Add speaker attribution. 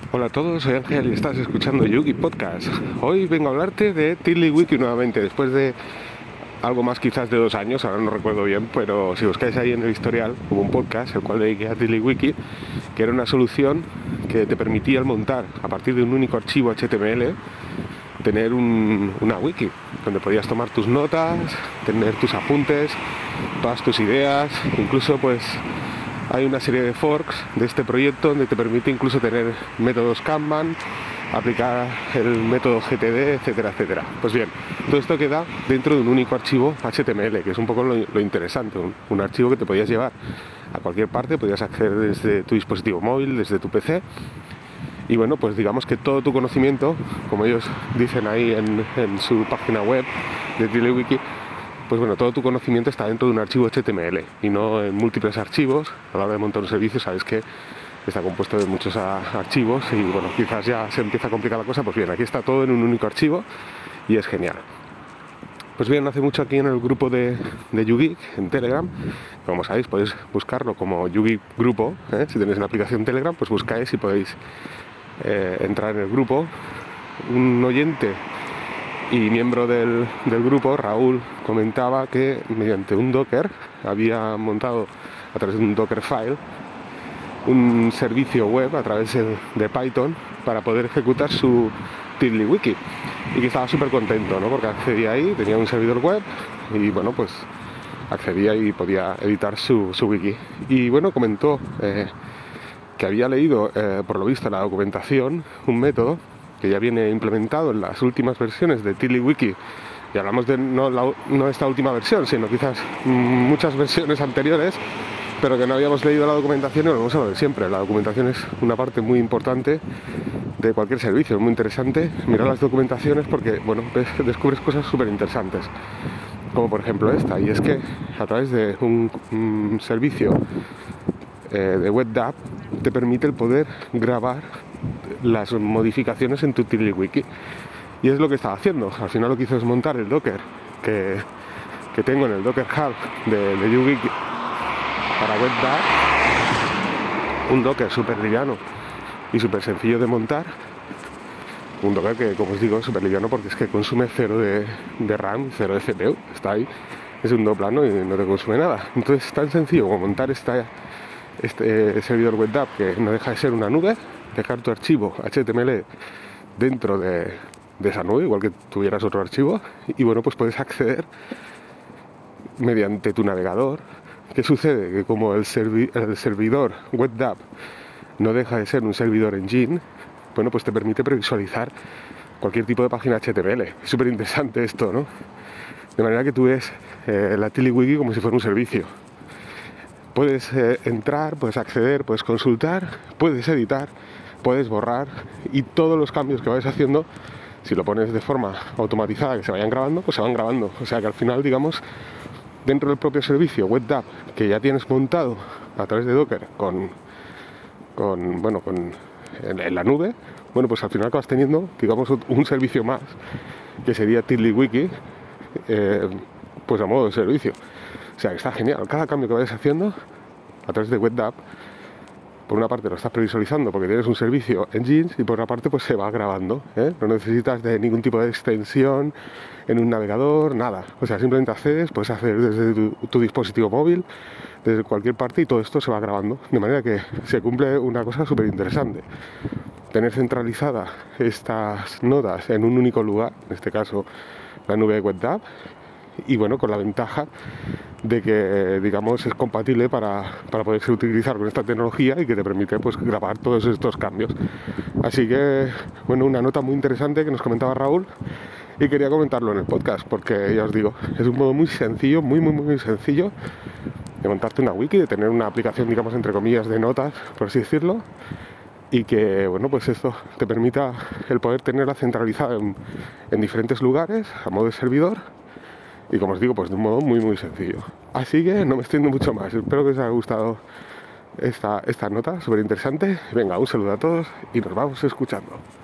Speaker 1: Hola a todos, soy Ángel y estás escuchando Yugi Podcast. Hoy vengo a hablarte de TiddlyWiki nuevamente, después de algo más quizás de 2 años, ahora no recuerdo bien, pero si buscáis ahí en el historial, hubo un podcast, el cual dediqué a TiddlyWiki, que era una solución que te permitía montar, a partir de un único archivo HTML, tener una wiki, donde podías tomar tus notas, tener tus apuntes, todas tus ideas, incluso pues hay una serie de forks de este proyecto donde te permite incluso tener métodos Kanban, aplicar el método GTD, etcétera, etcétera. Pues bien, todo esto queda dentro de un único archivo HTML, que es un poco lo interesante, un archivo que te podías llevar a cualquier parte, podías acceder desde tu dispositivo móvil, desde tu PC, y bueno, pues digamos que todo tu conocimiento, como ellos dicen ahí en su página web de TiddlyWiki, pues bueno, todo tu conocimiento está dentro de un archivo HTML y no en múltiples archivos. A la hora de montar un servicio sabes que está compuesto de muchos archivos y bueno, quizás ya se empieza a complicar la cosa. Pues bien, aquí está todo en un único archivo y es genial. Pues bien, hace mucho aquí en el grupo de Yugi en Telegram, como sabéis podéis buscarlo como Yugi Grupo, si tenéis una aplicación Telegram pues buscáis y podéis entrar en el grupo. Un oyente y miembro del grupo, Raúl, comentaba que mediante un Docker había montado a través de un Dockerfile un servicio web a través de Python para poder ejecutar su TiddlyWiki y que estaba súper contento, ¿no? Porque accedía ahí, tenía un servidor web y bueno, pues accedía y podía editar su wiki. Y bueno, comentó que había leído, por lo visto, la documentación, un método que ya viene implementado en las últimas versiones de TiddlyWiki, y hablamos de no esta última versión, sino quizás muchas versiones anteriores, pero que no habíamos leído la documentación y lo vamos a ver siempre. La documentación es una parte muy importante de cualquier servicio, es muy interesante mirar las documentaciones porque, bueno, descubres cosas súper interesantes, como por ejemplo esta, y es que a través de un servicio de WebDAV te permite el poder grabar las modificaciones en tu TiddlyWiki, y es lo que estaba haciendo. Al final lo que hizo es montar el Docker que tengo en el Docker Hub de Yugi para WebDAV, un Docker súper liviano y súper sencillo de montar, un Docker que, como os digo, es súper liviano porque es que consume 0 de RAM, 0 de CPU, está ahí, es segundo plano y no te consume nada. Entonces es tan sencillo como montar este servidor WebDAV, que no deja de ser una nube, dejar tu archivo HTML dentro de esa nube, igual que tuvieras otro archivo, y bueno, pues puedes acceder mediante tu navegador. ¿Qué sucede? Que como el servidor WebDAV no deja de ser un servidor engine, bueno, pues te permite previsualizar cualquier tipo de página HTML. Es súper interesante esto, ¿no? De manera que tú ves la TiddlyWiki como si fuera un servicio. Puedes entrar, puedes acceder, puedes consultar, puedes editar, puedes borrar, y todos los cambios que vayas haciendo, si lo pones de forma automatizada que se vayan grabando, pues se van grabando. O sea que al final, digamos, dentro del propio servicio WebDAV que ya tienes montado a través de Docker en la nube, bueno, pues al final acabas teniendo, digamos, un servicio más, que sería TiddlyWiki, pues a modo de servicio. O sea que está genial. Cada cambio que vayas haciendo a través de WebDAV, por una parte lo estás previsualizando porque tienes un servicio en Jeans, y por otra parte pues se va grabando, No necesitas de ningún tipo de extensión en un navegador, nada. O sea, simplemente accedes, puedes acceder desde tu dispositivo móvil, desde cualquier parte, y todo esto se va grabando. De manera que se cumple una cosa súper interesante: tener centralizada estas notas en un único lugar, en este caso la nube de WebDAV, y bueno, con la ventaja de que, digamos, es compatible para poderse utilizar con esta tecnología y que te permite pues grabar todos estos cambios. Así que, bueno, una nota muy interesante que nos comentaba Raúl, y quería comentarlo en el podcast porque, ya os digo, es un modo muy sencillo, muy sencillo de montarte una wiki, de tener una aplicación, digamos, entre comillas, de notas, por así decirlo, y que, bueno, pues esto te permita el poder tenerla centralizada en diferentes lugares a modo de servidor, y como os digo, pues de un modo muy sencillo. Así que no me extiendo mucho más. Espero que os haya gustado esta nota súper interesante. Venga, un saludo a todos y nos vamos escuchando.